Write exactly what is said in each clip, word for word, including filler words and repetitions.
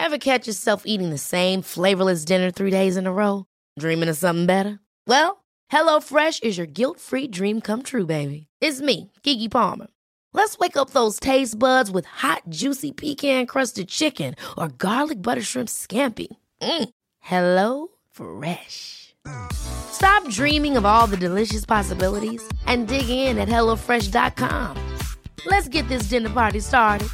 Ever catch yourself eating the same flavorless dinner three days in a row? Dreaming of something better? Well, HelloFresh is your guilt-free dream come true, baby. It's me, Keke Palmer. Let's wake up those taste buds with hot, juicy pecan-crusted chicken or garlic butter shrimp scampi. Mm. Hello Fresh. Stop dreaming of all the delicious possibilities and dig in at hello fresh dot com. Let's get this dinner party started.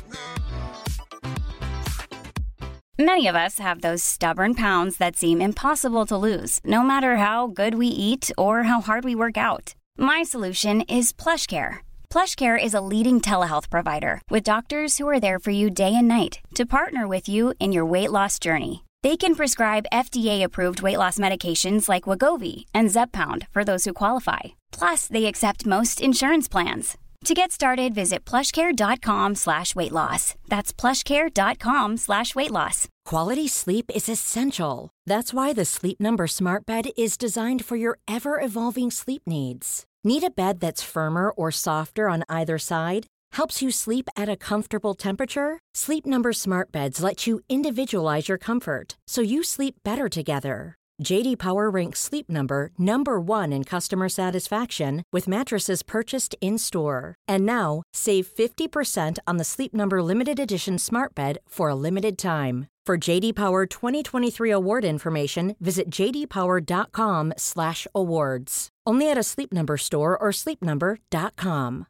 Many of us have those stubborn pounds that seem impossible to lose, no matter how good we eat or how hard we work out. My solution is PlushCare. PlushCare is a leading telehealth provider with doctors who are there for you day and night to partner with you in your weight loss journey. They can prescribe F D A-approved weight loss medications like Wegovy and Zepbound for those who qualify. Plus, they accept most insurance plans. To get started, visit plushcare.com slash weight loss. That's plushcare.com slash weight loss. Quality sleep is essential. That's why the Sleep Number Smart Bed is designed for your ever-evolving sleep needs. Need a bed that's firmer or softer on either side? Helps you sleep at a comfortable temperature? Sleep Number Smart Beds let you individualize your comfort, so you sleep better together. J D Power ranks Sleep Number number one in customer satisfaction with mattresses purchased in-store. And now, save fifty percent on the Sleep Number Limited Edition Smart Bed for a limited time. For J D Power twenty twenty-three award information, visit j d power dot com slash awards. Only at a Sleep Number store or sleep number dot com.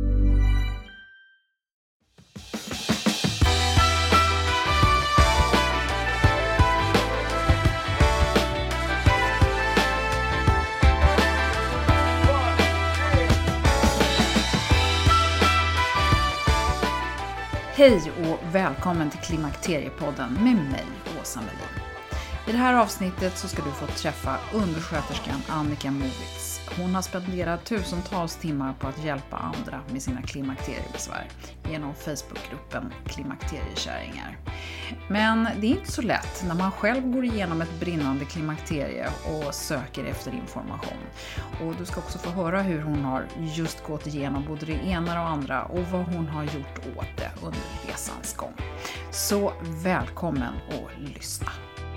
Hej och välkommen till Klimakteriepodden med mig, Åsa Melin. I det här avsnittet så ska du få träffa undersköterskan Annika Movitz. Hon har spenderat tusentals timmar på att hjälpa andra med sina klimakteriebesvär genom Facebookgruppen Klimakteriekärringar. Men det är inte så lätt när man själv går igenom ett brinnande klimakterie och söker efter information. Och du ska också få höra hur hon har just gått igenom både det ena och andra och vad hon har gjort åt det under resans gång. Så välkommen och lyssna.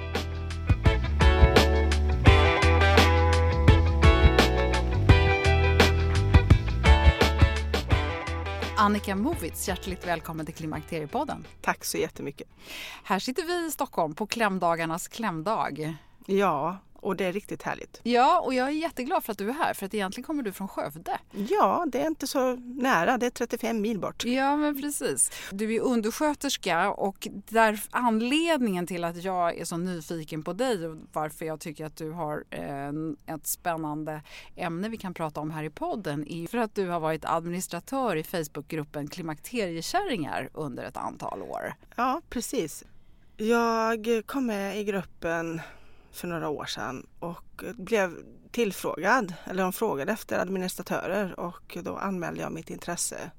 Annika Movitz, hjärtligt välkommen till Klimakteriepodden. Tack så jättemycket. Här sitter vi i Stockholm på klämdagarnas klämdag. Ja, och det är riktigt härligt. Ja, och jag är jätteglad för att du är här, för att egentligen kommer du från Skövde. Ja, det är inte så nära, det är trettiofem mil bort. Ja, men precis. Du är undersköterska och där anledningen till att jag är så nyfiken på dig och varför jag tycker att du har eh, ett spännande ämne vi kan prata om här i podden är för att du har varit administratör i Facebookgruppen Klimakteriekärringar under ett antal år. Ja, precis. Jag kom med i gruppen för några år sedan och blev tillfrågad, eller de frågade efter administratörer och då anmälde jag mitt intresse.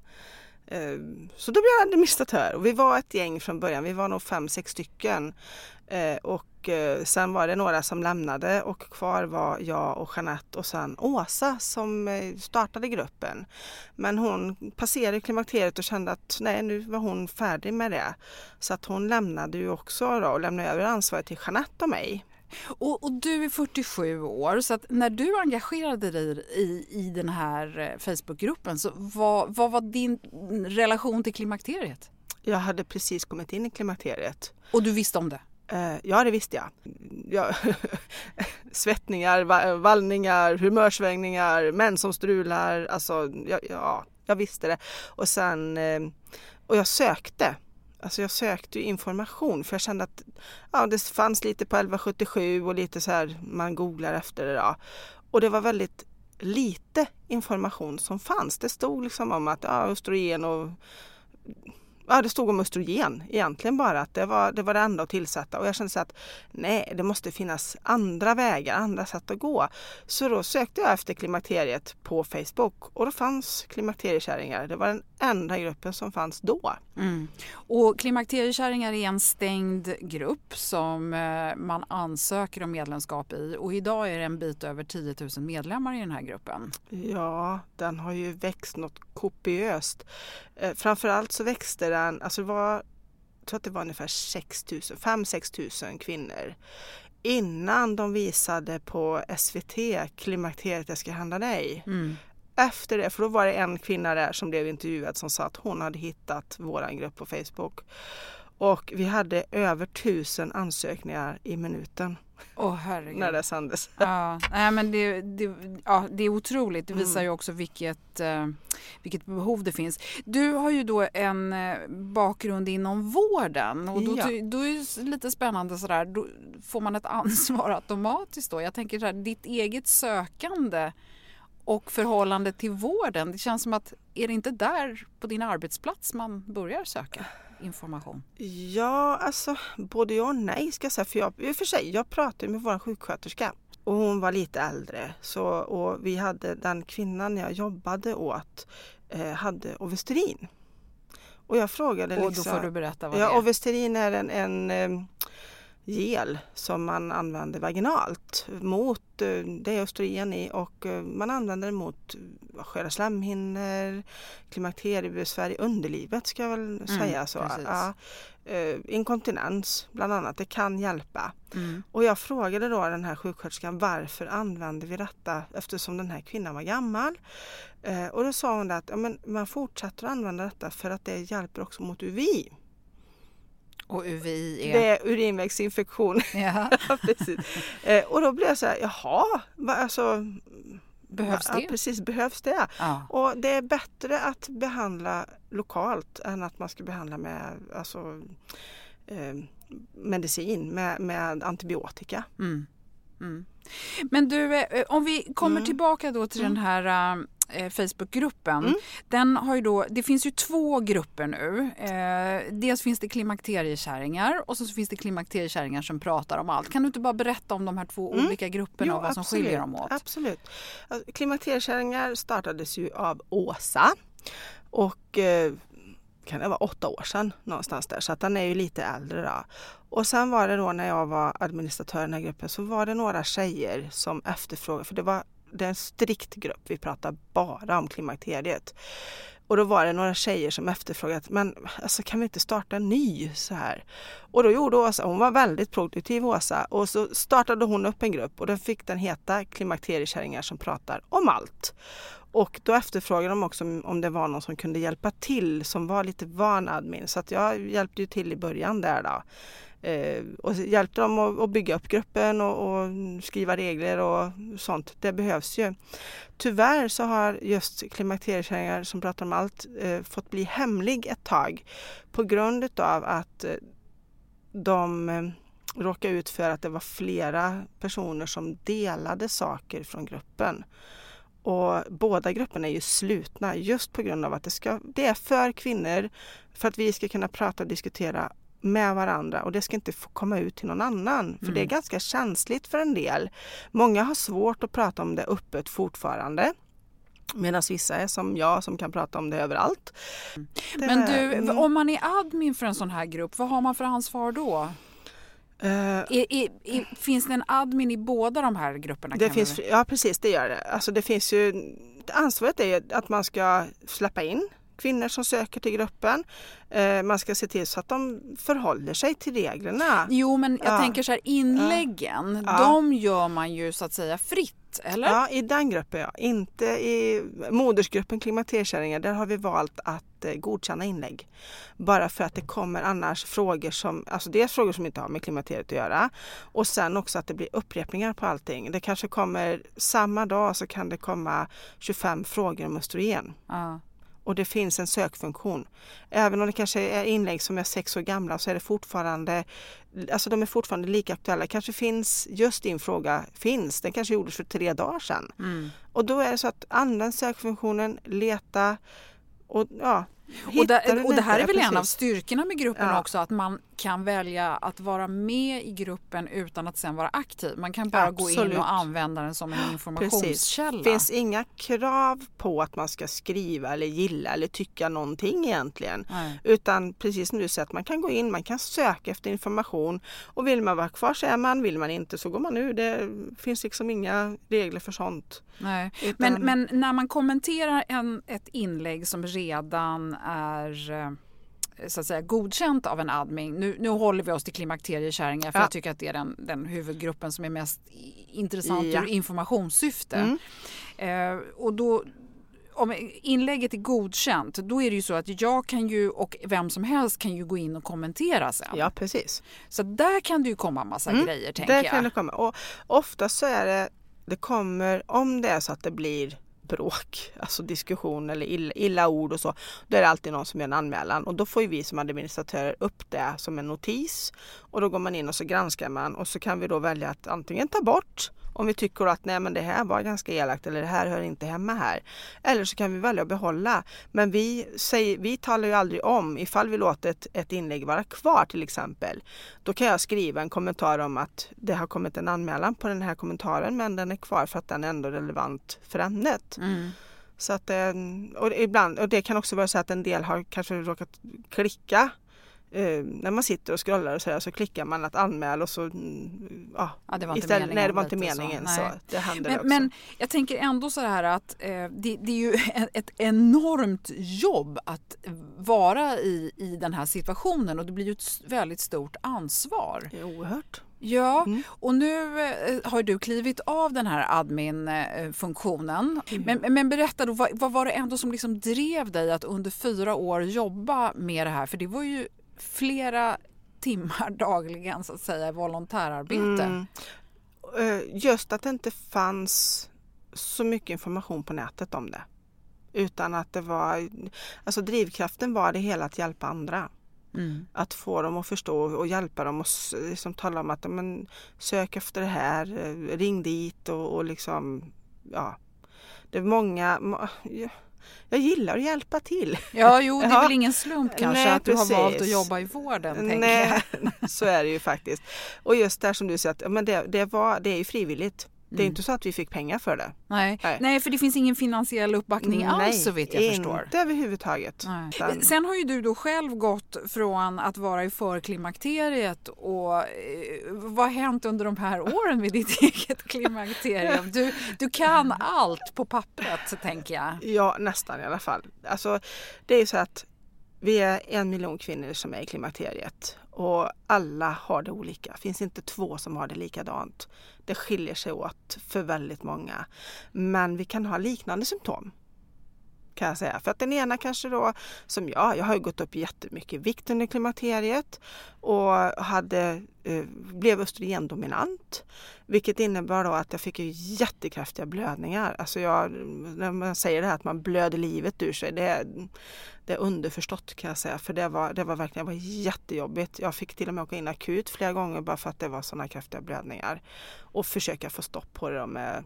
Så då blev jag administratör och vi var ett gäng från början, vi var nog fem, sex stycken och sen var det några som lämnade och kvar var jag och Jeanette och sen Åsa som startade gruppen. Men hon passerade klimakteriet och kände att nej, nu var hon färdig med det. Så att hon lämnade ju också då och lämnade över ansvaret till Jeanette och mig. Och, och du är fyrtiosju år, så att när du engagerade dig i, i den här Facebookgruppen, så vad, vad var din relation till klimakteriet? Jag hade precis kommit in i klimakteriet. Och du visste om det? Uh, ja, det visste jag. jag Svettningar, vallningar, humörsvängningar, män som strular, alltså ja, ja, jag visste det. Och sen, uh, och jag sökte. Alltså jag sökte ju information för jag kände att ja, det fanns lite på elva sjuttiosju och lite så här man googlar efter det då. Och det var väldigt lite information som fanns. Det stod liksom om att ja, östrogen och ja, det stod om östrogen egentligen bara att det var det var det enda att tillsätta och jag kände så att nej, det måste finnas andra vägar, andra sätt att gå. Så då sökte jag efter klimakteriet på Facebook och då fanns klimakteriekärringar. Det var den enda gruppen som fanns då. Mm. Och klimakteriekärringar är en stängd grupp som man ansöker om medlemskap i och idag är det en bit över tio tusen medlemmar i den här gruppen. Ja, den har ju växt något kopiöst. Eh, framförallt så växte den, alltså det var jag tror att det var ungefär sex tusen, fem sex tusen kvinnor innan de visade på S V T klimakteriet jag ska handla dig. Mm. Efter det, för då var det en kvinna där som blev intervjuad som sa att hon hade hittat våran grupp på Facebook. Och vi hade över tusen ansökningar i minuten. Åh, herregud. När det sändes. Ja, nej, men det, det, ja, det är otroligt. Det visar mm. ju också vilket, uh, vilket behov det finns. Du har ju då en uh, bakgrund inom vården. Och då, ja. då är det lite spännande sådär. Då får man ett ansvar automatiskt då. Jag tänker så här, ditt eget sökande och förhållande till vården. Det känns som att, är det inte där på din arbetsplats man börjar söka information? Ja, alltså både ja och nej ska jag säga. För jag, i och för sig, jag pratade med vår sjuksköterska och hon var lite äldre. Så, och vi hade den kvinnan jag jobbade åt eh, hade Ovestorin. Och jag frågade och liksom... Och då får du berätta vad ja, det är. Ovestorin är en... en eh, gel som man använder vaginalt mot, det är östrogen i och man använder det mot sköra slemhinnor, klimakteriebesvär i underlivet ska jag väl mm, säga så. Ja, inkontinens bland annat, det kan hjälpa. Mm. Och jag frågade då den här sjuksköterskan varför använder vi detta eftersom den här kvinnan var gammal. Och då sa hon att ja, men man fortsätter att använda detta för att det hjälper också mot U V I. Och U V I är? Det är urinvägsinfektion. Ja. Ja, precis. Eh, och då blev jag så här, jaha, va, alltså... Behövs det? Ja, precis, behövs det. Ja. Och det är bättre att behandla lokalt än att man ska behandla med alltså, eh, medicin, med, med antibiotika. Mm. Mm. Men du, om vi kommer mm. tillbaka då till mm. den här äh, Facebookgruppen. Mm. Den har ju då, det finns ju två grupper nu. Eh, dels finns det klimakteriekärringar och så finns det klimakteriekärringar som pratar om allt. Kan du inte bara berätta om de här två mm. olika grupperna jo, och vad absolut. som skiljer dem åt? Absolut. Alltså, klimakteriekärringar startades ju av Åsa och eh, kan det vara åtta år sedan någonstans där, så att den är ju lite äldre då. Och sen var det då när jag var administratör i den här gruppen så var det några tjejer som efterfrågade, för det var det är en strikt grupp, vi pratar bara om klimakteriet. Och då var det några tjejer som efterfrågade, men alltså, kan vi inte starta en ny så här? Och då gjorde Åsa, hon var väldigt produktiv Åsa, och så startade hon upp en grupp och då fick den heta klimakteriekärringar som pratar om allt. Och då efterfrågade de också om det var någon som kunde hjälpa till som var lite van admin. Så att jag hjälpte ju till i början där då. Eh, och hjälpte dem att, att bygga upp gruppen och, och skriva regler och sånt. Det behövs ju. Tyvärr så har just klimakteriekärringar som pratar om allt eh, fått bli hemlig ett tag. På grund av att eh, de eh, råkade ut för att det var flera personer som delade saker från gruppen. Och båda grupperna är ju slutna just på grund av att det, ska, det är för kvinnor för att vi ska kunna prata och diskutera med varandra och det ska inte få komma ut till någon annan. För mm. det är ganska känsligt för en del. Många har svårt att prata om det öppet fortfarande. Medan vissa är som jag som kan prata om det överallt. Det, Men du, mm. om man är admin för en sån här grupp, vad har man för ansvar då? Uh, är, är, är, finns det en admin i båda de här grupperna? Det finns, ja, precis, det gör det. Alltså det finns ju, ansvaret är att man ska släppa in kvinnor som söker till gruppen. Uh, man ska se till så att de förhåller sig till reglerna. Jo, men jag ja. tänker så här, inläggen, ja. de gör man ju så att säga fritt. Eller? Ja, i den gruppen ja. Inte i modersgruppen klimakteriekärringar. Där har vi valt att eh, godkänna inlägg. Bara för att det kommer annars frågor som, alltså det är frågor som inte har med klimakteriet att göra. Och sen också att det blir upprepningar på allting. Det kanske kommer samma dag så kan det komma tjugofem frågor om östrogen. Ja. Och det finns en sökfunktion. Även om det kanske är inlägg som är sex år gamla så är det fortfarande, alltså de är fortfarande lika aktuella. Kanske finns, just din fråga finns, den kanske gjordes för tre dagar sedan. Mm. Och då är det så att använd sökfunktionen, leta och ja, och, där, och det här är väl en av styrkorna med gruppen ja. också, att man kan välja att vara med i gruppen utan att sen vara aktiv. Man kan bara Absolut. gå in och använda den som en informationskälla. Det finns inga krav på att man ska skriva eller gilla eller tycka någonting egentligen. Nej. Utan precis som du säger, att man kan gå in, man kan söka efter information och vill man vara kvar så är man, vill man inte så går man ur. Det finns liksom inga regler för sånt. Nej. Utan... Men, men när man kommenterar en, ett inlägg som redan är så att säga godkänt av en admin. Nu, nu håller vi oss till klimakteriekärringar för ja. jag tycker att det är den, den huvudgruppen som är mest intressant ja. ur informationssyfte. Mm. Eh, och då om inlägget är godkänt, då är det ju så att jag kan ju och vem som helst kan ju gå in och kommentera sen. Ja, precis. Så där kan det ju komma en massa mm, grejer, tänker jag. Där kan det komma. Och ofta så är det, det kommer, om det är så att det blir bråk, alltså diskussion eller illa, illa ord och så, då är det alltid någon som gör en anmälan och då får ju vi som administratörer upp det som en notis och då går man in och så granskar man och så kan vi då välja att antingen ta bort om vi tycker att nej men det här var ganska elakt eller det här hör inte hemma här. Eller så kan vi välja att behålla. Men vi, säger, vi talar ju aldrig om ifall vi låter ett, ett inlägg vara kvar till exempel. Då kan jag skriva en kommentar om att det har kommit en anmälan på den här kommentaren men den är kvar för att den är ändå relevant för ämnet. Mm. Så att, och, ibland, och det kan också vara så att en del har kanske råkat klicka. Uh, när man sitter och scrollar och så, här, så klickar man att anmäla och så ja, ja, det var inte istället, meningen, nej det var inte meningen så, så det händer men, också. Men jag tänker ändå så här att eh, det, det är ju ett enormt jobb att vara i, i den här situationen och det blir ju ett väldigt stort ansvar. Det är oerhört. Ja, mm. och nu eh, har du klivit av den här admin-funktionen. Mm. Men, men berätta då, vad, vad var det ändå som liksom drev dig att under fyra år jobba med det här? För det var ju flera timmar dagligen så att säga volontärarbete. Mm. Just att det inte fanns så mycket information på nätet om det. Utan att det var, alltså drivkraften var det hela att hjälpa andra. Mm. Att få dem att förstå och hjälpa dem och liksom tala om att men, sök efter det här, ring dit och, och liksom, ja. Det är många, jag, jag gillar att hjälpa till. Ja, jo, det är ja. väl ingen slump kanske Nej, att du precis. har valt att jobba i vården, tänker Nej, jag. Så är det ju faktiskt. Och just där som du säger, att, men det, det, var, det är ju frivilligt. Det är mm. inte så att vi fick pengar för det. Nej, Nej. Nej för det finns ingen finansiell uppbackning Nej, alls så vitt jag förstår. Nej, inte överhuvudtaget. Sen... Sen har ju du då själv gått från att vara i förklimakteriet och eh, vad har hänt under de här åren med ditt eget klimakterium? Du, du kan allt på pappret, tänker jag. Ja, nästan i alla fall. Alltså, det är ju så att vi är en miljon kvinnor som är i klimakteriet och alla har det olika. Det finns inte två som har det likadant. Det skiljer sig åt för väldigt många. Men vi kan ha liknande symptom, kan jag säga. För att den ena kanske då, som jag, jag har ju gått upp jättemycket i vikt under klimakteriet och hade, eh, blev östrogendominant. Vilket innebar då att jag fick ju jättekraftiga blödningar. Alltså jag, när man säger det här att man blöder livet ur sig, det är, det är underförstått kan jag säga. För det var, det var verkligen det var jättejobbigt. Jag fick till och med åka in akut flera gånger bara för att det var sådana kraftiga blödningar. Och försöka få stopp på det då med,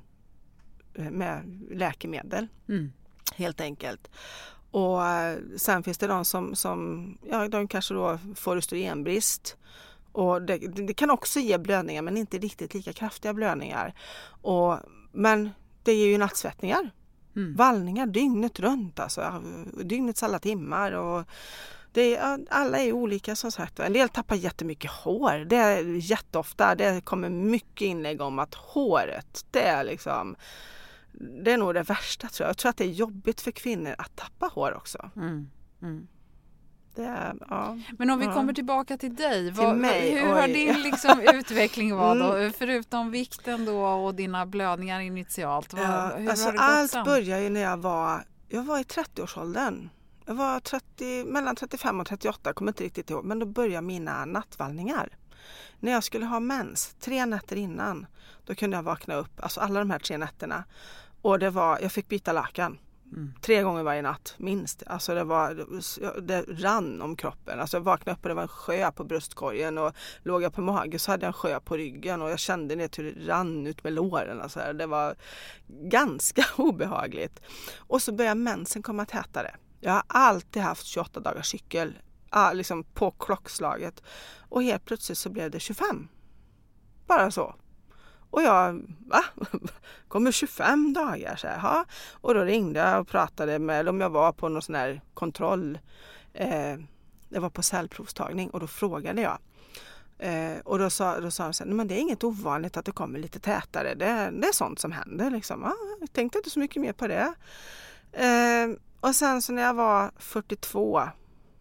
med läkemedel. Mm. Helt enkelt. Och sen finns det de som, som ja, de kanske då får östrogenbrist. Och det, det kan också ge blödningar men inte riktigt lika kraftiga blödningar. Och, men det ger ju nattsvettningar. Mm. Vallningar dygnet runt. Alltså, dygnets alla timmar. Och det är, alla är olika som sagt. En del tappar jättemycket hår. Det är jätteofta. Det kommer mycket inlägg om att håret, det är liksom... Det är nog det värsta tror jag. Jag tror att det är jobbigt för kvinnor att tappa hår också. Mm. Mm. Det är, ja, Men om vi ja. kommer tillbaka till dig. Till vad, mig, hur oj. har din liksom, utveckling varit då? Mm. Förutom vikten då och dina blödningar initialt. Vad, ja, hur alltså har det gått allt sen? började ju när jag var, jag var i trettioårsåldern. Jag var trettio, mellan trettiofem och trettioåtta, kommer inte riktigt ihåg. Men då började mina nattvallningar. När jag skulle ha mens, tre nätter innan, då kunde jag vakna upp. Alltså alla de här tre nätterna. Och det var, jag fick byta lakan. Mm. Tre gånger varje natt, minst. Alltså det var, det rann om kroppen. Alltså jag vaknade upp och det var en sjö på bröstkorgen och låg jag på mage så hade jag en sjö på ryggen och jag kände ner hur det rann ut med låren. Alltså det var ganska obehagligt. Och så började mensen komma tätare. Jag har alltid haft tjugoåtta dagars cykel, liksom på klockslaget. Och helt plötsligt så blev det tjugofem. Bara så. Och jag, va? Kommer tjugofem dagar? Så här, ha. Och då ringde jag och pratade med, om jag var på någon sån här kontroll. Eh, det var på cellprovstagning och då frågade jag. Eh, och då sa, då sa de så här, men det är inget ovanligt att det kommer lite tätare. Det, det är sånt som händer. Liksom. Ja, jag tänkte inte så mycket mer på det. Eh, och sen så när jag var fyrtiotvå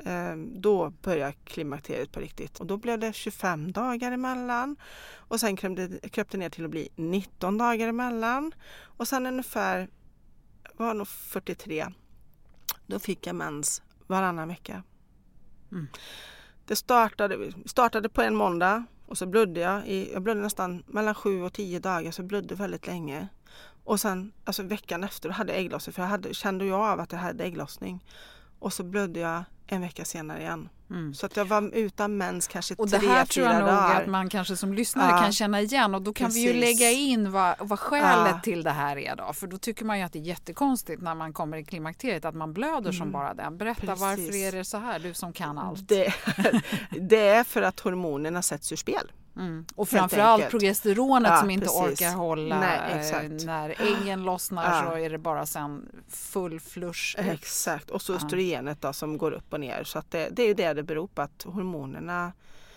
Eh, då började klimakteriet på riktigt. Och då blev det tjugofem dagar emellan. Och sen kröpte, kröpte ner till att bli nitton dagar emellan. Och sen ungefär, var nog fyrtiotre. Då fick jag mens varannan vecka. Mm. Det startade, startade på en måndag. Och så blödde jag. I, jag blödde nästan mellan sju och tio dagar. Så jag blödde väldigt länge. Och sen, alltså veckan efter, hade jag ägglossning. För jag hade, kände jag av att jag hade ägglossning. Och så blödde jag en vecka senare igen. Mm. Så att jag var utan mens kanske tre, fyra dagar. Och det här tror jag nog dagar. Att man kanske som lyssnare ja. kan känna igen. Och då kan Precis. vi ju lägga in vad, vad skälet ja. till det här är då. För då tycker man ju att det är jättekonstigt när man kommer i klimakteriet att man blöder mm. som bara den. Berätta, Precis. varför är det så här? Du som kan allt. Det, det är för att hormonerna sätts ur spel. Mm. Och framförallt progesteronet ja, som inte precis. orkar hålla. Nej, när äggen lossnar ja. så är det bara sen full flush. Exakt. Och så östrogenet då, som går upp och ner. Så att det, det är ju det det beror på, att hormonerna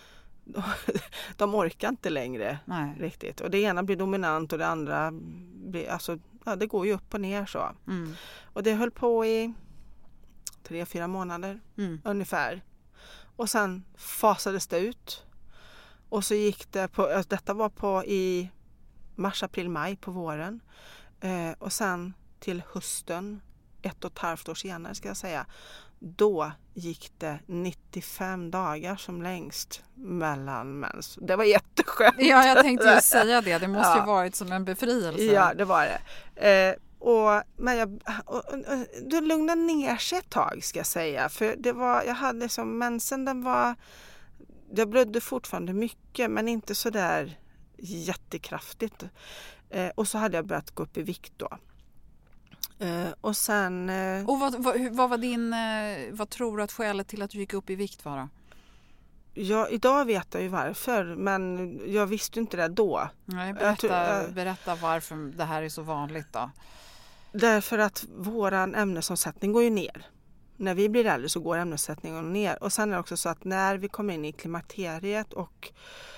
de orkar inte längre. Nej. Riktigt. Och det ena blir dominant och det andra blir, alltså, ja, det går ju upp och ner så. Mm. Och det höll på i tre, fyra månader mm. ungefär. Och sen fasades det ut. Och så gick det på, alltså detta var på i mars, april, maj på våren. Eh, och sen till hösten, ett och ett halvt år senare ska jag säga, då gick det nittiofem dagar som längst mellan mens. Det var jätteskönt. Ja, jag tänkte ju säga det. Det måste ja. ju varit som en befrielse. Ja, det var det. Eh, och, men jag, och, och, och, det lugnade ner sig ett tag ska jag säga. För det var, jag hade som mensen, den var... Jag blödde fortfarande mycket, men inte så där jättekraftigt. Eh, och så hade jag börjat gå upp i vikt då. Eh, och sen... Eh, och vad, vad, vad var din... Eh, vad tror du att skälet till att du gick upp i vikt var då? Ja, idag vet jag ju varför, men jag visste inte det då. Nej, berätta, tror, eh, berätta varför det här är så vanligt då. Därför att våran ämnesomsättning går ju ner. När vi blir äldre så går ämnessättningen ner. Och sen är det också så att när vi kommer in i klimakteriet och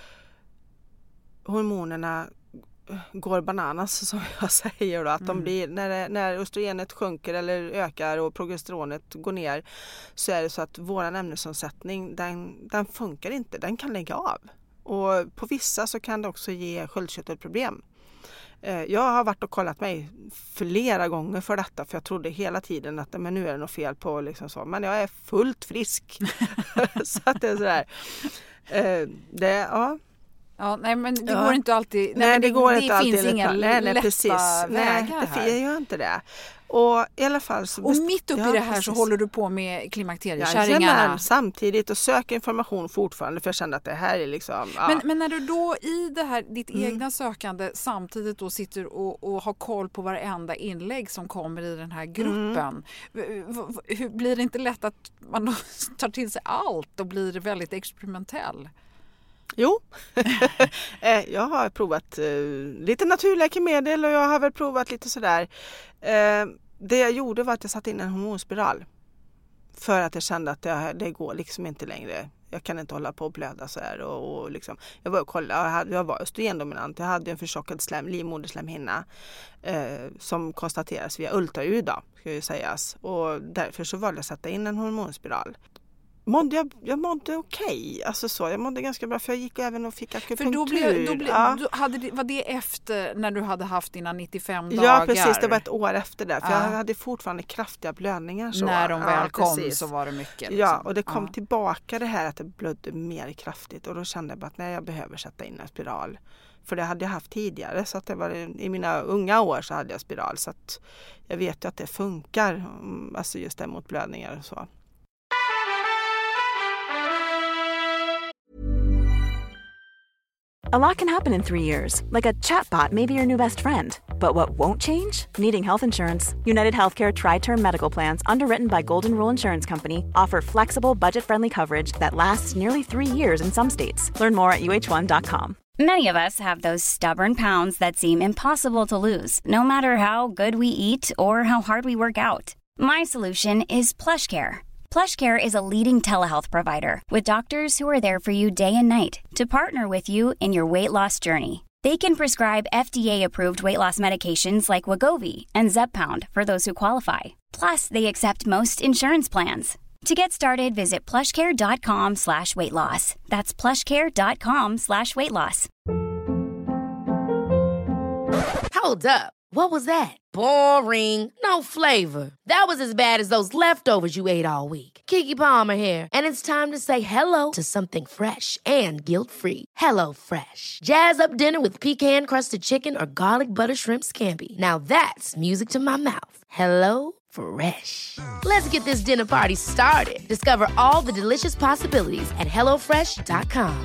hormonerna går bananas, som jag säger då, att mm. de blir, när, det, när östrogenet sjunker eller ökar och progesteronet går ner, så är det så att våran ämnesomsättning, den, den funkar inte. Den kan lägga av. Och på vissa så kan det också ge sköldkörtelproblem. Jag har varit och kollat mig flera gånger för detta, för jag trodde hela tiden att men nu är det något fel på liksom så. Men jag är fullt frisk. Så att det är sådär. Det, ja. Ja, nej, men det ja. går inte alltid. Nej, nej men det, det går det inte alltid. finns inga nej, nej, lätta precis. vägar nej, här. Det gör inte det. Och i alla fall så... Och mitt uppe ja, i det här precis. så håller du på med klimakteriekärringarna. Ja, samtidigt och söker information fortfarande, för jag kände att det här är liksom... Ja. Men, men när du då i det här, ditt mm. egna sökande samtidigt då sitter och, och har koll på varenda inlägg som kommer i den här gruppen. Mm. Hur, blir det inte lätt att man då tar till sig allt och blir väldigt experimentell? Jo, jag har provat eh, lite naturläkemedel och jag har väl provat lite sådär. Eh, det jag gjorde var att jag satte in en hormonspiral. För att jag kände att det, det går liksom inte längre. Jag kan inte hålla på och blöda så här. Och, och liksom, jag var och kollade, jag, hade, jag var östrogendominant. Jag hade en förtjockad slem, livmoderslemhinna eh, som konstateras via ultraljud då, ska ju sägas. Och därför så valde jag att sätta in en hormonspiral. Mådde jag, jag mådde okej, okay. Alltså så, jag mådde ganska bra, för jag gick även och fick akupunktur. För då blev, då blev, ja. då hade det, var det efter när du hade haft dina nittiofem dagar? Ja, precis, det var ett år efter det, för ja. jag hade fortfarande kraftiga blödningar. Så. När de väl ja, kom precis. så var det mycket. Liksom. Ja, och det kom ja. tillbaka det här att det blödde mer kraftigt, och då kände jag bara att nej, jag behöver sätta in en spiral. För det hade jag haft tidigare, så att det var i mina unga år så hade jag spiral, så att jag vet ju att det funkar, alltså just det mot blödningar och så. A lot can happen in three years, like a chatbot may be your new best friend. But what won't change? Needing health insurance. United Healthcare Tri-Term Medical Plans, underwritten by Golden Rule Insurance Company, offer flexible, budget-friendly coverage that lasts nearly three years in some states. Learn more at U H one dot com. Many of us have those stubborn pounds that seem impossible to lose, no matter how good we eat or how hard we work out. My solution is PlushCare. PlushCare is a leading telehealth provider with doctors who are there for you day and night to partner with you in your weight loss journey. They can prescribe F D A-approved weight loss medications like Wegovy and Zepbound for those who qualify. Plus, they accept most insurance plans. To get started, visit plushcare.com slash weight loss. That's plushcare.com slash weight loss. Hold up. What was that? Boring. No flavor. That was as bad as those leftovers you ate all week. Keke Palmer here, and it's time to say hello to something fresh and guilt-free. Hello Fresh. Jazz up dinner with pecan-crusted chicken or garlic butter shrimp scampi. Now that's music to my mouth. Hello Fresh. Let's get this dinner party started. Discover all the delicious possibilities at hello fresh dot com.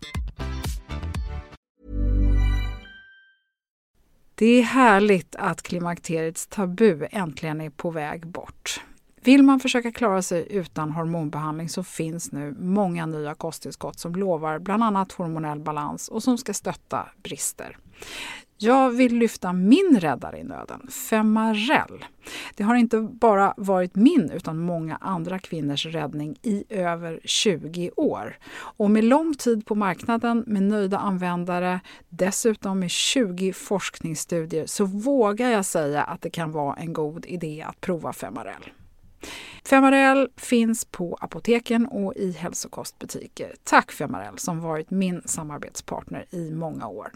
Det är härligt att klimakteriets tabu äntligen är på väg bort. Vill man försöka klara sig utan hormonbehandling så finns nu många nya kosttillskott som lovar bland annat hormonell balans och som ska stötta brister. Jag vill lyfta min räddare i nöden, Femarel. Det har inte bara varit min utan många andra kvinnors räddning i över tjugo år. Och med lång tid på marknaden, med nöjda användare, dessutom med tjugo forskningsstudier så vågar jag säga att det kan vara en god idé att prova Femarel. Femarel finns på apoteken och i hälsokostbutiker. Tack Femarel som varit min samarbetspartner i många år.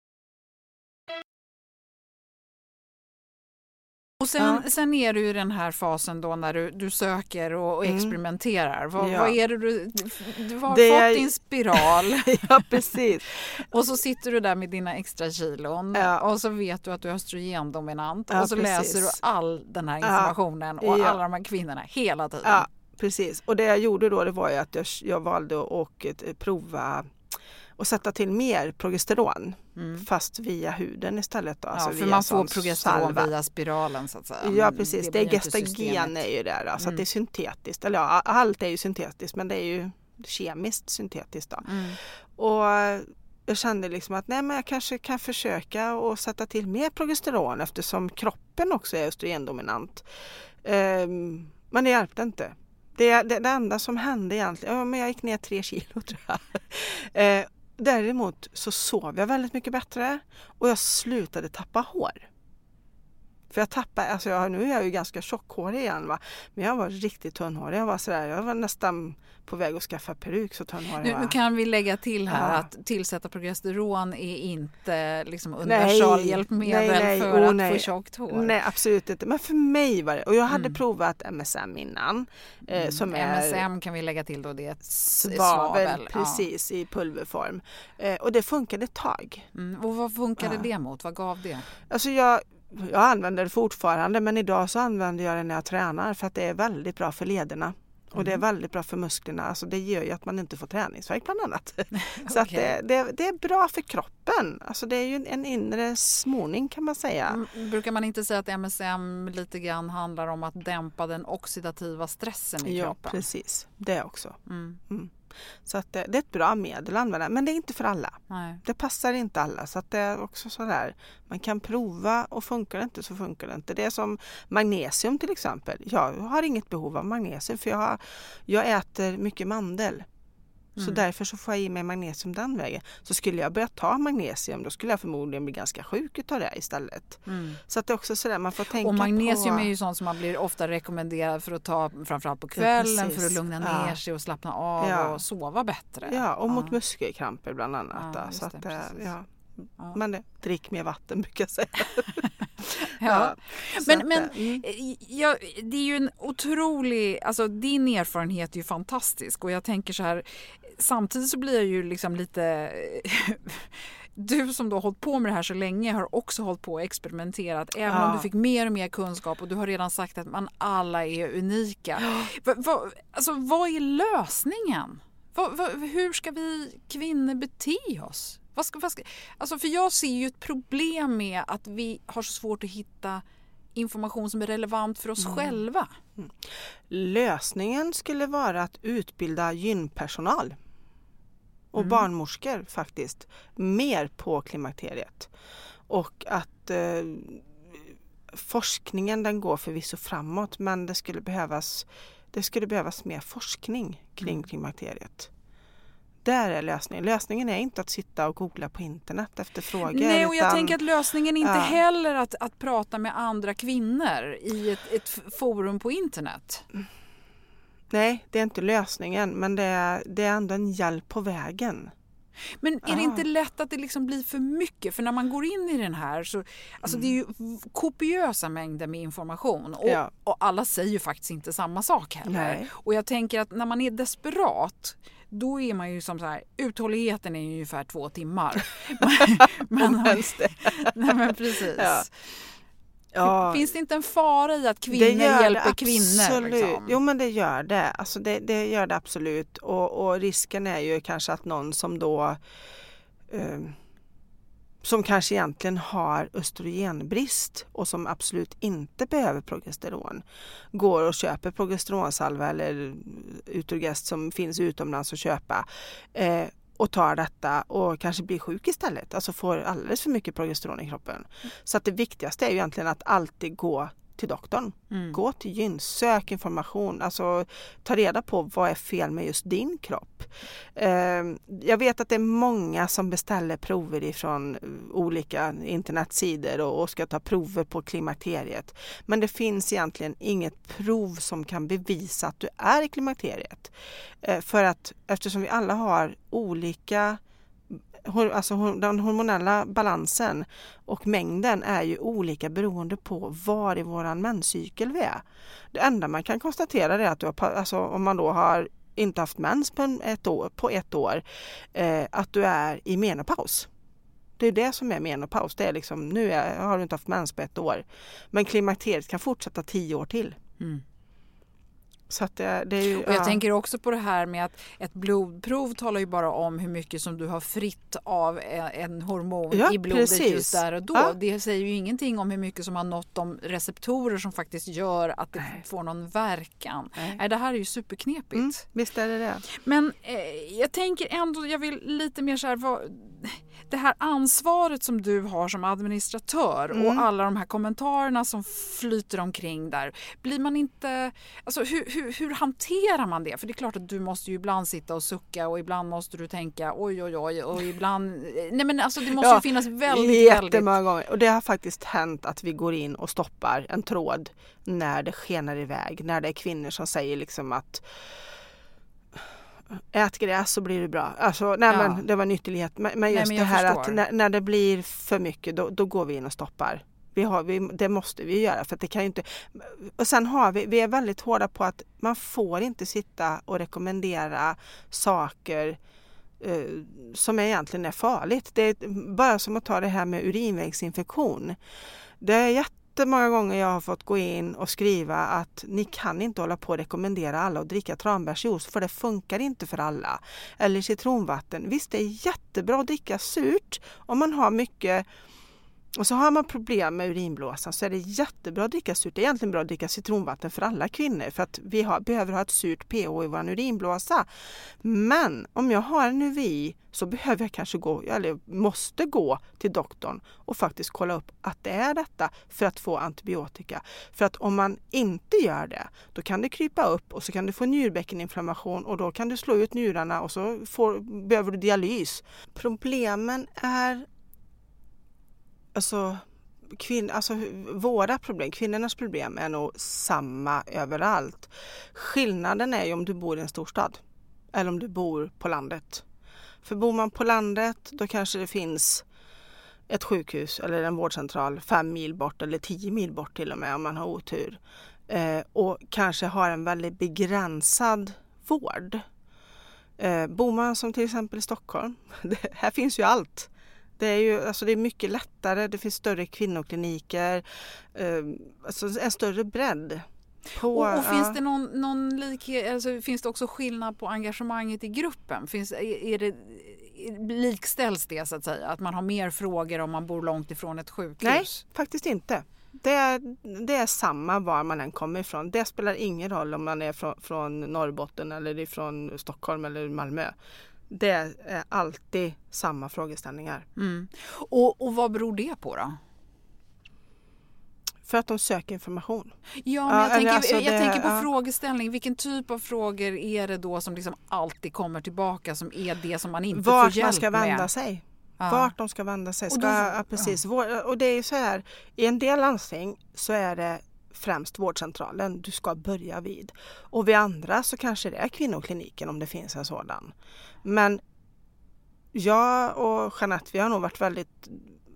Och sen, ja. sen är du i den här fasen då när du, du söker och, och experimenterar. Vad, ja. vad är det du... Du har det fått är... din spiral. Ja, precis. Och så sitter du där med dina extra kilon. Ja. Och så vet du att du är östrogendominant. Ja, och så precis. läser du all den här informationen ja. och alla de här kvinnorna hela tiden. Ja, precis. Och det jag gjorde då det var ju att jag, jag valde att prova... och sätta till mer progesteron mm. fast via huden istället. Då. Ja, alltså för via man får progesteron salva. Via spiralen så att säga. Ja, precis. Det, det är gestagen är ju där. Alltså mm. att det är syntetiskt. Eller ja, allt är ju syntetiskt men det är ju kemiskt syntetiskt då. Mm. Och jag kände liksom att nej, men jag kanske kan försöka och sätta till mer progesteron eftersom kroppen också är östrogendominant. Um, men det hjälpte inte. Det, det, det enda som hände egentligen, ja, men jag gick ner tre kilo tror jag. Eh, däremot så sov jag väldigt mycket bättre och jag slutade tappa hår. För jag tappade, alltså jag, nu är jag ju ganska tjockhårig igen va, men jag var riktigt tunnhårig. Jag var sådär, jag var nästan på väg att skaffa peruk så tunnhårig. Nu, nu kan vi lägga till här ja. att tillsätta progesteron är inte liksom universalhjälpmedel för oh, att nej. få tjockt hår. Nej, absolut inte. Men för mig var det, och jag hade mm. provat M S M innan. Eh, mm. som är M S M kan vi lägga till då, det är ett svavel. svavel Precis, ja. i pulverform. Eh, och det funkade ett tag. Mm. Och vad funkade ja. det mot? Vad gav det? Alltså jag... Jag använder det fortfarande men idag så använder jag det när jag tränar för att det är väldigt bra för lederna. Och mm. det är väldigt bra för musklerna. Alltså det gör ju att man inte får träningsvärk bland annat. Så att det, det, det är bra för kroppen. Alltså det är ju en inre smorning kan man säga. Mm, brukar man inte säga att M S M lite grann handlar om att dämpa den oxidativa stressen i ja, kroppen? Ja, precis. Det också. Mm. Mm. Så att det, det är ett bra medel att använda. Men det är inte för alla. Nej. Det passar inte alla. Så att det är också sådär. Man kan prova och funkar det inte så funkar det inte. Det är som magnesium till exempel. Jag har inget behov av magnesium för jag, har, jag äter mycket mandel. Mm. Så därför så får jag i mig magnesium den vägen. Så skulle jag börja ta magnesium då skulle jag förmodligen bli ganska sjuk utav det istället. Mm. Så att det är också sådär man får tänka på. Och magnesium på... är ju sånt som man blir ofta rekommenderad för att ta framförallt på kvällen ja, för att lugna ner ja. sig och slappna av ja. och sova bättre. Ja, och ja. mot muskelkramper bland annat. Ja, så att, det, ja. Ja. Men det, drick mer vatten brukar jag säga. ja. Men, att, men mm. ja, det är ju en otrolig, alltså din erfarenhet är ju fantastisk och jag tänker så här, samtidigt så blir jag ju liksom lite du som då har hållit på med det här så länge har också hållit på och experimenterat även ja. om du fick mer och mer kunskap och du har redan sagt att man alla är unika. va, va, alltså vad är lösningen? Va, va, hur ska vi kvinnor bete oss? Vad ska, vad ska, alltså för jag ser ju ett problem med att vi har så svårt att hitta information som är relevant för oss mm. själva. Mm. Lösningen skulle vara att utbilda gynpersonal och mm. barnmorskor faktiskt mer på klimakteriet. Och att eh, forskningen den går förvisso framåt men det skulle behövas, det skulle behövas mer forskning kring mm. klimakteriet. Där är lösningen. Lösningen är inte att sitta och googla på internet efter frågor. Nej, och jag utan, tänker att lösningen är inte ja. heller att, att prata med andra kvinnor i ett, ett forum på internet. Nej, det är inte lösningen, men det är, det är ändå en hjälp på vägen. Men är det Ah. inte lätt att det liksom blir för mycket? För när man går in i den här så alltså mm. det är ju kopiösa mängder med information. Och, ja. och alla säger ju faktiskt inte samma sak heller. Nej. Och jag tänker att när man är desperat, då är man ju som så här, uthålligheten är ju ungefär två timmar. men, men, nej men precis. Ja. Ja. Finns det inte en fara i att kvinnor hjälper det, kvinnor? Liksom? Jo, men det gör det. Alltså det, det gör det absolut. Och, och risken är ju kanske att någon som då eh, som kanske egentligen har östrogenbrist och som absolut inte behöver progesteron går och köper progesteronsalva eller Utrogest som finns utomlands att köpa eh, och tar detta och kanske blir sjuk istället. Alltså får alldeles för mycket progesteron i kroppen. Mm. Så att det viktigaste är ju egentligen att alltid gå till doktorn. Mm. Gå till gyn, sök information. Alltså ta reda på vad är fel med just din kropp. Eh, jag vet att det är många som beställer prover ifrån olika internetsidor och, och ska ta prover på klimakteriet. Men det finns egentligen inget prov som kan bevisa att du är i klimakteriet. Eh, för att eftersom vi alla har olika alltså den hormonella balansen och mängden är ju olika beroende på var i våran menscykel vi är. Det enda man kan konstatera är att du har, alltså om man då har inte haft mens på ett år, på ett år eh, att du är i menopaus. Det är det som är menopaus. Det är liksom, nu är, har du inte haft mens på ett år. Men klimakteriet kan fortsätta tio år till. Mm. Så att det, det är ju, och jag ja. tänker också på det här med att ett blodprov talar ju bara om hur mycket som du har fritt av en hormon ja, i blodet precis. just där och då. Ja. Det säger ju ingenting om hur mycket som har nått de receptorer som faktiskt gör att det Nej. får någon verkan. Nej. Nej, det här är ju superknepigt. Mm, visst är det det. Men eh, jag tänker ändå, jag vill lite mer så här, vad, det här ansvaret som du har som administratör mm. och alla de här kommentarerna som flyter omkring där. Blir man inte, alltså hur, hur, hur hanterar man det? För det är klart att du måste ju ibland sitta och sucka och ibland måste du tänka oj oj oj och ibland, nej men alltså det måste ja, ju finnas väldigt, väldigt många gånger. Och det har faktiskt hänt att vi går in och stoppar en tråd när det skenar iväg, när det är kvinnor som säger liksom att ät gräs så blir det bra. Alltså, nej, ja. men det var en ytterlighet. Men, men just nej, men det här förstår. att när, när det blir för mycket då, då går vi in och stoppar. Vi har, vi, det måste vi göra för att det kan ju inte. Och sen har vi, vi är väldigt hårda på att man får inte sitta och rekommendera saker eh, som egentligen är farligt. Det är bara som att ta det här med urinvägsinfektion. Det är jätte många gånger jag har fått gå in och skriva att ni kan inte hålla på att rekommendera alla att dricka tranbärsjuice för det funkar inte för alla. Eller citronvatten. Visst, det är jättebra att dricka surt om man har mycket. Och så har man problem med urinblåsan så är det jättebra att dricka surt. Det är egentligen bra att dricka citronvatten för alla kvinnor för att vi har, behöver ha ett surt pH i vår urinblåsa. Men om jag har en U V I så behöver jag kanske gå, eller måste gå till doktorn och faktiskt kolla upp att det är detta för att få antibiotika. För att om man inte gör det, då kan det krypa upp och så kan du få njurbäckeninflammation och då kan du slå ut njurarna och så får, behöver du dialys. Problemen är Alltså, kvinn, alltså våra problem, kvinnornas problem är nog samma överallt. Skillnaden är ju om du bor i en storstad eller om du bor på landet. För bor man på landet då kanske det finns ett sjukhus eller en vårdcentral fem mil bort eller tio mil bort till och med om man har otur. Eh, och kanske har en väldigt begränsad vård. Eh, bor man som till exempel i Stockholm, det, här finns ju allt. Det är ju alltså det är mycket lättare, det finns större kvinnokliniker, eh, alltså en större bredd. På, och, och finns ja. det någon, någon likhet, alltså finns det också skillnad på engagemanget i gruppen? Finns, är, är det, likställs det så att säga? Att man har mer frågor om man bor långt ifrån ett sjukhus? Nej, faktiskt inte. Det är, det är samma var man än kommer ifrån. Det spelar ingen roll om man är från, från Norrbotten eller från Stockholm eller Malmö. Det är alltid samma frågeställningar. Mm. Och, och vad beror det på då? För att de söker information. Ja, men jag, ja, tänker, alltså jag det, tänker på ja. frågeställning. Vilken typ av frågor är det då som liksom alltid kommer tillbaka som är det som man inte Vart får hjälp med? Vart man ska vända med? sig. Ja. Vart de ska vända sig. Ska, och, då, ja, precis. Ja. Och det är ju så här, i en del landsting så är det främst vårdcentralen du ska börja vid. Och vid andra så kanske det är kvinnokliniken om det finns en sådan. Men jag och Jeanette, vi har nog varit väldigt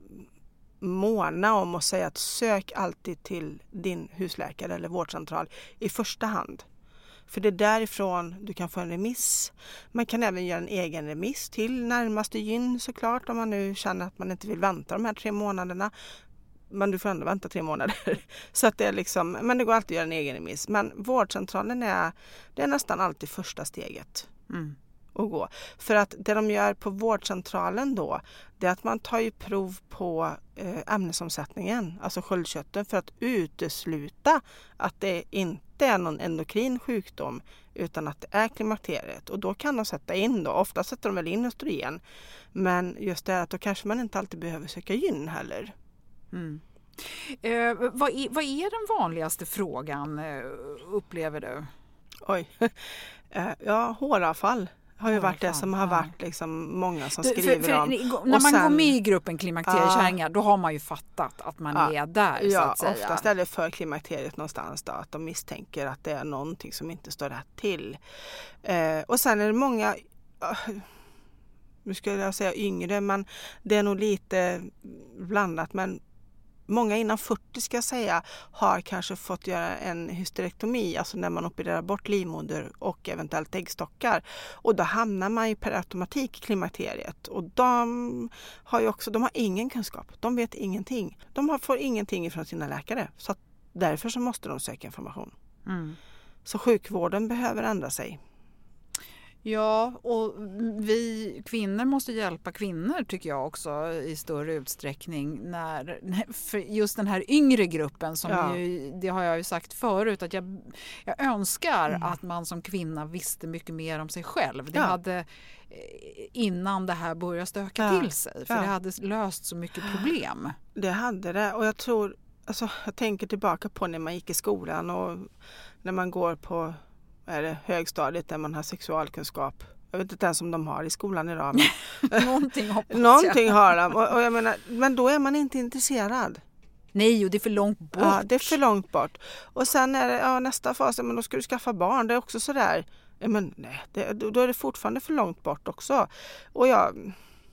måna om att säga att sök alltid till din husläkare eller vårdcentral i första hand. För det är därifrån du kan få en remiss. Man kan även göra en egen remiss till närmaste gyn såklart om man nu känner att man inte vill vänta de här tre månaderna. Men du får ändå vänta tre månader. Så att det är liksom, men det går alltid att göra en egen remiss. Men vårdcentralen är, det är nästan alltid första steget. Mm. Att gå. För att det de gör på vårdcentralen då, det är att man tar ju prov på eh, ämnesomsättningen, alltså sköldkörteln, för att utesluta att det inte är någon endokrin sjukdom utan att det är klimakteriet. Och då kan de sätta in då, ofta sätter de väl in östrogen, men just det att då kanske man inte alltid behöver söka gyn heller. Mm. Eh, vad, är, vad är den vanligaste frågan, eh, upplever du? Oj, eh, ja håravfall. Har ju oh, varit det som har varit liksom många som du, skriver för, för, om. När och man sen, går med i gruppen klimakteriekärringar, ja, då har man ju fattat att man ja, är där. Ja, så att säga. Oftast är det för klimakteriet någonstans då, att de misstänker att det är någonting som inte står rätt till. Eh, och sen är det många, uh, nu skulle jag säga yngre, men det är nog lite blandat, men många innan fyrtio ska jag säga har kanske fått göra en hysterektomi, alltså när man opererar bort livmoder och eventuellt äggstockar. Och då hamnar man ju per automatik i klimakteriet. Och de har ju också, de har ingen kunskap, de vet ingenting. De har, får ingenting från sina läkare, så att därför så måste de söka information. Mm. Så sjukvården behöver ändra sig. Ja, och vi kvinnor måste hjälpa kvinnor tycker jag också i större utsträckning när, för just den här yngre gruppen som ja. ju, det har jag ju sagt förut att jag, jag önskar mm. att man som kvinna visste mycket mer om sig själv. Det ja. hade innan det här började stöka ja. till sig för ja. det hade löst så mycket problem. Det hade det och jag tror, alltså jag tänker tillbaka på när man gick i skolan och när man går på är det högstadiet där man har sexualkunskap. Jag vet inte ens om de har i skolan idag. Men Någonting hoppas jag. Någonting har de. Och, och jag menar, men då är man inte intresserad. Nej, och det är för långt bort. Ja, det är för långt bort. Och sen är det ja, nästa fas, men då ska du skaffa barn. Det är också sådär. Ja, men nej, det, då är det fortfarande för långt bort också. Och jag...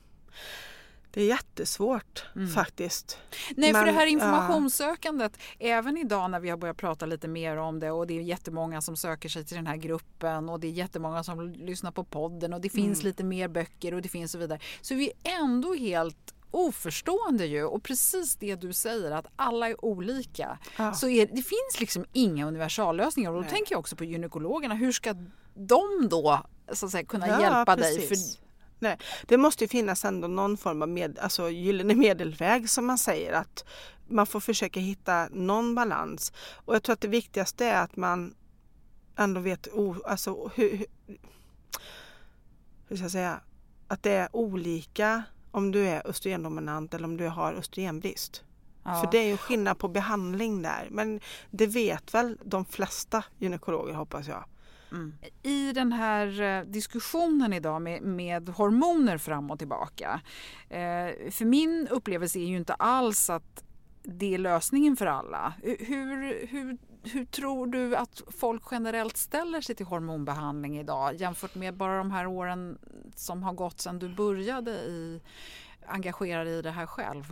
Det är jättesvårt mm. faktiskt. Nej, men, för det här informationssökandet, ja. även idag när vi har börjat prata lite mer om det och det är jättemånga som söker sig till den här gruppen och det är jättemånga som lyssnar på podden och det finns mm. lite mer böcker och det finns så vidare. Så vi är ändå helt oförstående ju och precis det du säger att alla är olika. Ja. Så är, det finns liksom inga universallösningar och då Nej. tänker jag också på gynekologerna. Hur ska de då så att säga, kunna ja, hjälpa precis. dig? För Nej, det måste ju finnas ändå någon form av med, alltså gyllene medelväg som man säger att man får försöka hitta någon balans och jag tror att det viktigaste är att man ändå vet oh, alltså, hur, hur, hur ska jag säga att det är olika om du är östrogendominant eller om du har östrogenbrist. Ja. För det är ju skillnad på behandling där men det vet väl de flesta gynekologer hoppas jag. Mm. I den här diskussionen idag med, med hormoner fram och tillbaka. Eh, för min upplevelse är ju inte alls att det är lösningen för alla. Hur, hur, hur tror du att folk generellt ställer sig till hormonbehandling idag jämfört med bara de här åren som har gått sedan du började i, engagera dig i det här själv?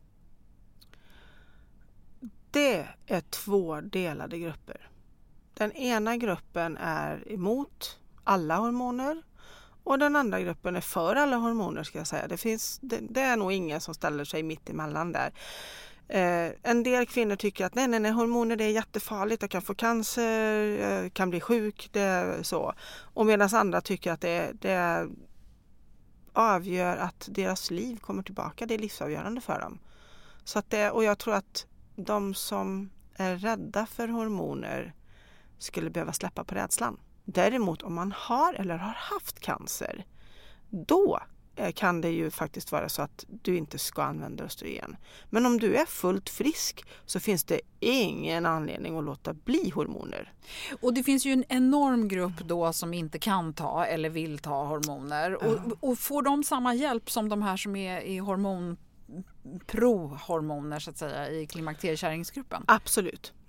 Det är två delade grupper. Den ena gruppen är emot alla hormoner och den andra gruppen är för alla hormoner ska jag säga. Det, finns, det, det är nog ingen som ställer sig mitt emellan där. Eh, en del kvinnor tycker att nej, nej, nej, hormoner det är jättefarligt, jag kan få cancer, jag kan bli sjuk, det är så. Och medan andra tycker att det, det avgör att deras liv kommer tillbaka, det är livsavgörande för dem. Så att det, och jag tror att de som är rädda för hormoner skulle behöva släppa på rädslan. Däremot om man har eller har haft cancer, då kan det ju faktiskt vara så att du inte ska använda östrogen. Men om du är fullt frisk så finns det ingen anledning att låta bli hormoner. Och det finns ju en enorm grupp då som inte kan ta eller vill ta hormoner. Och, och får de samma hjälp som de här som är i hormon pro-hormoner så att säga i klimakteriekärringsgruppen? Absolut.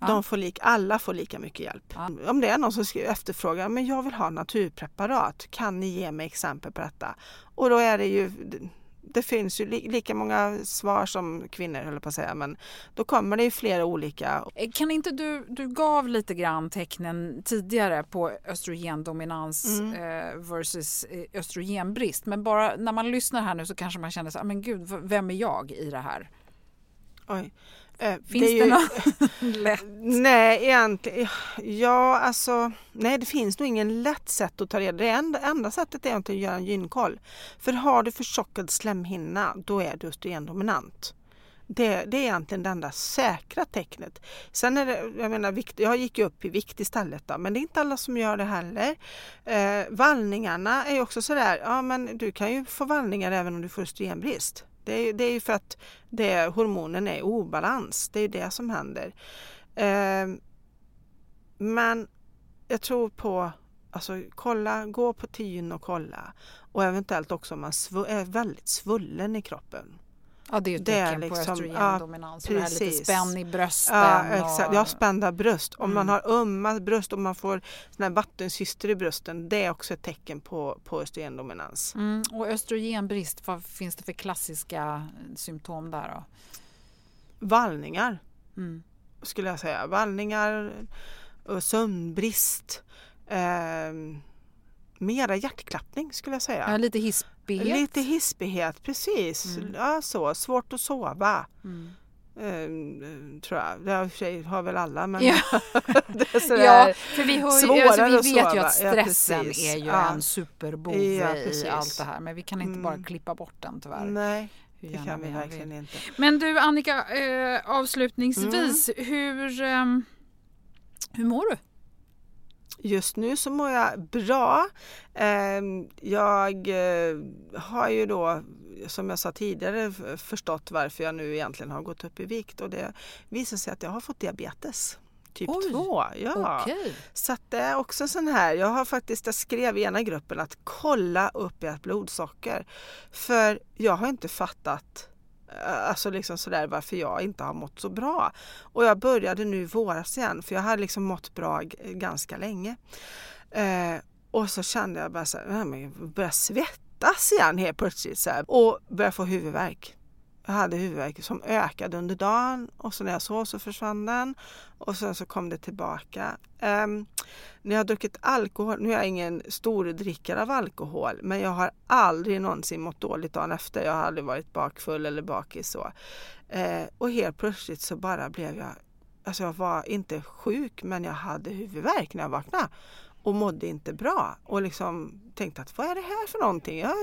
Ja. De får lika, alla får lika mycket hjälp. Ja. Om det är någon som skriver efterfrågar, men jag vill ha naturpreparat, kan ni ge mig exempel på detta? Och då är det ju, det finns ju li, lika många svar som kvinnor, höll på att säga, men då kommer det ju flera olika. Kan inte du, du gav lite grann tecknen tidigare på östrogendominans mm. eh, versus östrogenbrist, men bara när man lyssnar här nu så kanske man känner så här, men gud, vem är jag i det här? Oj. Eh, Finns det, det ju... något lätt? Nej, egentligen. Ja, alltså, nej, det finns nog ingen lätt sätt att ta reda. Det enda, enda sättet är att göra en gynkoll. För har du förtjockad slemhinna, då är du östrogendominant. Det, det är egentligen det enda säkra tecknet. Sen är det, jag menar, vikt, jag gick ju upp i vikt istället då, men det är inte alla som gör det heller. Eh, vallningarna är ju också sådär, ja men du kan ju få vallningar även om du får östrogenbrist. Det är, det är ju för att det, hormonen är i obalans. Det är ju det som händer. Eh, men jag tror på, alltså kolla, gå på tyn och kolla. Och eventuellt också om man sv- är väldigt svullen i kroppen. Ja, det är ju ett tecken liksom, på östrogendominans. Ja, precis. Lite spänn i brösten. Ja, exakt. Och... Ja, spända bröst. Om mm. man har ömma bröst och man får såna här vattensyster i brösten, det är också ett tecken på, på östrogendominans. Mm. Och östrogenbrist, vad finns det för klassiska symptom där då? Vallningar, mm. skulle jag säga. Vallningar, och sömnbrist, eh, mera hjärtklappning skulle jag säga. Ja, lite hispighet. Lite hispighet, precis. Mm. Ja, så. Svårt att sova. Mm. Um, tror jag. Det har, för sig, har väl alla, men ja. det är sådär ja, för vi, hör, svårare alltså, vi vet att ju att stressen ja, är ju ja. en superbov ja, i allt det här, men vi kan inte mm. bara klippa bort den tyvärr. Nej, det kan vi verkligen vill. inte. Men du Annika, eh, avslutningsvis, mm. hur, eh, hur mår du? Just nu så mår jag bra. Jag har ju då, som jag sa tidigare, förstått varför jag nu egentligen har gått upp i vikt. Och det visar sig att jag har fått diabetes. Typ Oj, två. Ja. Okay. Så att det är också sån här. Jag har faktiskt, jag skrev i ena gruppen att kolla upp ert blodsocker. För jag har inte fattat alltså liksom sådär varför jag inte har mått så bra. Och jag började nu våras igen, för jag hade liksom mått bra g- ganska länge. Eh, och så kände jag bara så här, jag började svettas igen helt plötsligt så här, och började få huvudvärk. Jag hade huvudvärk som ökade under dagen, och så när jag sov så försvann den, och sen så kom det tillbaka. Um, när jag har druckit alkohol, nu är jag ingen stor drickare av alkohol, men jag har aldrig någonsin mått dåligt dagen efter. Jag har aldrig varit bakfull eller bakis så. Uh, och helt plötsligt så bara blev jag, alltså jag var inte sjuk, men jag hade huvudvärk när jag vaknade. Och mådde inte bra. Och liksom tänkte att vad är det här för någonting? Jag,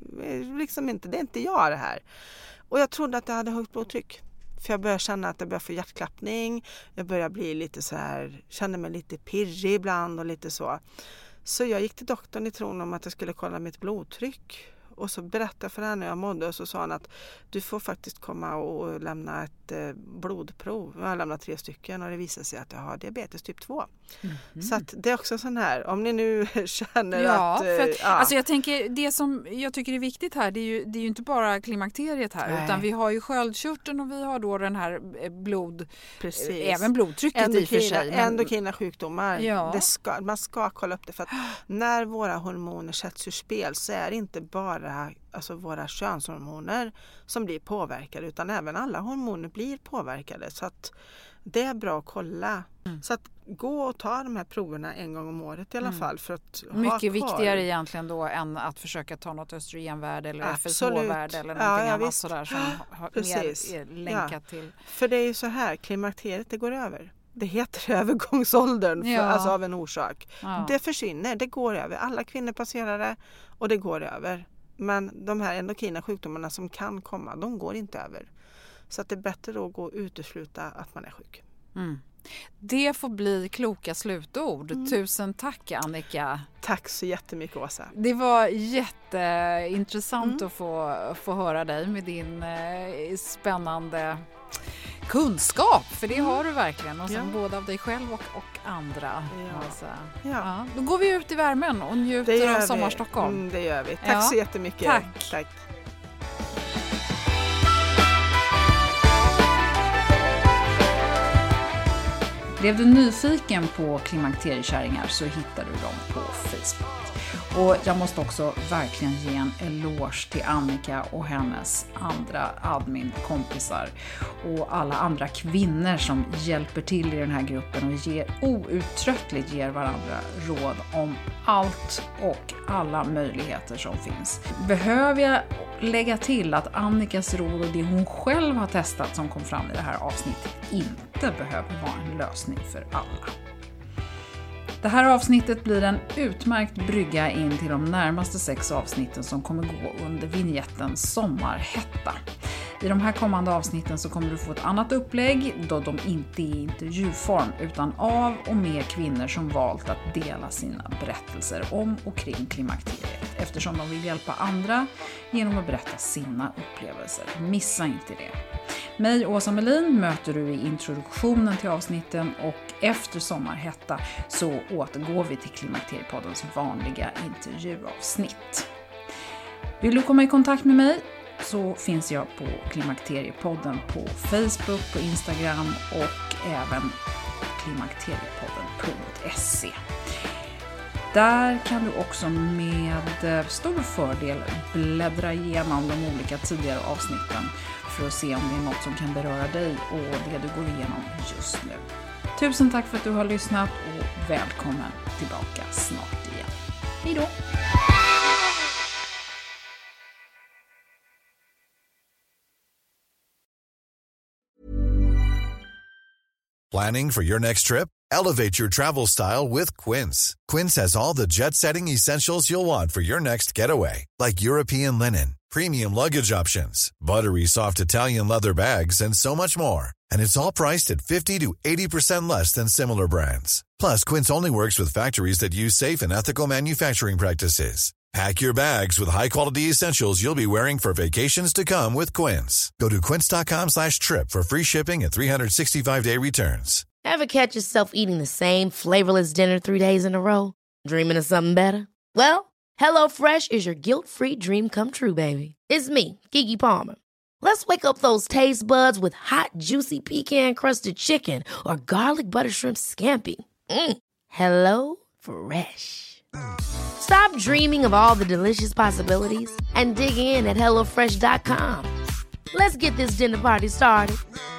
liksom inte, det är inte jag det här. Och jag trodde att jag hade högt blodtryck. För jag började känna att jag började få hjärtklappning. Jag började bli lite så här, kände mig lite pirrig ibland och lite så. Så jag gick till doktorn i tron om att jag skulle kolla mitt blodtryck. Och så berättade jag för henne hur jag mådde, och så sa han att du får faktiskt komma och lämna ett eh, blodprov. Jag har lämnat tre stycken och det visar sig att jag har diabetes typ två. Mm-hmm. Så att det är också sån här, om ni nu känner ja, att... För att ja. Alltså jag tänker, det som jag tycker är viktigt här, det är ju, det är ju inte bara klimakteriet här, Nej. utan vi har ju sköldkörteln och vi har då den här blod... Precis. Även blodtrycket Endokina, i och för sig. Men... Endokrina sjukdomar. Ja. Det ska, man ska kolla upp det, för att när våra hormoner sätts ur spel så är det inte bara alltså våra könshormoner som blir påverkade, utan även alla hormoner blir påverkade, så att det är bra att kolla. Mm. Så att gå och ta de här proverna en gång om året i alla mm. fall, för att mycket ha kvar. Viktigare egentligen då än att försöka ta något östrogenvärde eller F S H-värde eller någonting ja, ja, annat sådär som har mer är länkat ja. till. För det är ju så här, klimakteriet det går över. Det heter övergångsåldern för, ja. alltså av en orsak. Ja. Det försvinner, det går över. Alla kvinnor passerar det och det går över. Men de här endokrina sjukdomarna som kan komma, de går inte över. Så att det är bättre då att gå och utesluta att man är sjuk. Mm. Det får bli kloka slutord. Mm. Tusen tack Annika. Tack så jättemycket Åsa. Det var jätteintressant mm. att få, få höra dig med din eh, spännande kunskap. För det mm. har du verkligen. Och sen ja. både av dig själv och, och andra. Ja. Alltså, ja. Ja. Då går vi ut i värmen och njuter av Sommarstockholm. Mm, det gör vi. Tack ja. så jättemycket. Tack. Tack. Blev du nyfiken på klimakteriekärringar så hittar du dem på Facebook. Och jag måste också verkligen ge en eloge till Annika och hennes andra admin-kompisar och alla andra kvinnor som hjälper till i den här gruppen och ger outtröttligt ger varandra råd om allt och alla möjligheter som finns. Behöver jag lägga till att Annikas råd och det hon själv har testat som kom fram i det här avsnittet inte behöver vara en lösning för alla. Det här avsnittet blir en utmärkt brygga in till de närmaste sex avsnitten som kommer gå under vignetten Sommarhetta. I de här kommande avsnitten så kommer du få ett annat upplägg då de inte är i intervjuform utan av och med kvinnor som valt att dela sina berättelser om och kring klimakteriet eftersom de vill hjälpa andra genom att berätta sina upplevelser. Missa inte det. Mig, Åsa Melin, möter du i introduktionen till avsnitten och efter Sommarhetta så återgår vi till Klimakteriepoddens vanliga intervjuavsnitt. Vill du komma i kontakt med mig så finns jag på Klimakteriepodden på Facebook, på Instagram och även klimakteriepodden punkt se. Där kan du också med stor fördel bläddra igenom de olika tidigare avsnitten för att se om det är något som kan beröra dig och det du går igenom just nu. Tusen tack för att du har lyssnat och välkommen tillbaka snart igen. Hej då! Planning for your next trip? Elevate your travel style with Quince. Quince has all the jet-setting essentials you'll want for your next getaway, like European linen, premium luggage options, buttery soft Italian leather bags, and so much more. And it's all priced at fifty to eighty percent less than similar brands. Plus, Quince only works with factories that use safe and ethical manufacturing practices. Pack your bags with high-quality essentials you'll be wearing for vacations to come with Quince. Go to quince.com slash trip for free shipping and three sixty-five day returns. Ever catch yourself eating the same flavorless dinner three days in a row? Dreaming of something better? Well, HelloFresh is your guilt-free dream come true, baby. It's me, Keke Palmer. Let's wake up those taste buds with hot, juicy pecan-crusted chicken or garlic butter shrimp scampi. Mm. Hello Fresh. Stop dreaming of all the delicious possibilities and dig in at hello fresh dot com. Let's get this dinner party started.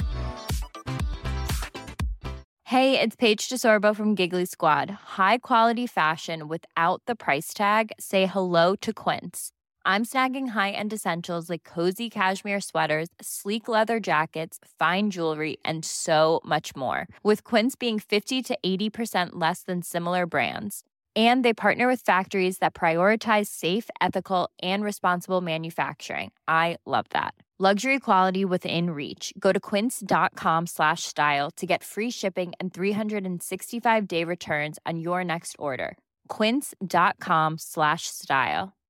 Hey, it's Paige DeSorbo from Giggly Squad. High quality fashion without the price tag. Say hello to Quince. I'm snagging high-end essentials like cozy cashmere sweaters, sleek leather jackets, fine jewelry, and so much more. With Quince being fifty to eighty percent less than similar brands. And they partner with factories that prioritize safe, ethical, and responsible manufacturing. I love that. Luxury quality within reach. Go to quince.com slash style to get free shipping and three sixty-five day returns on your next order. Quince.com slash style.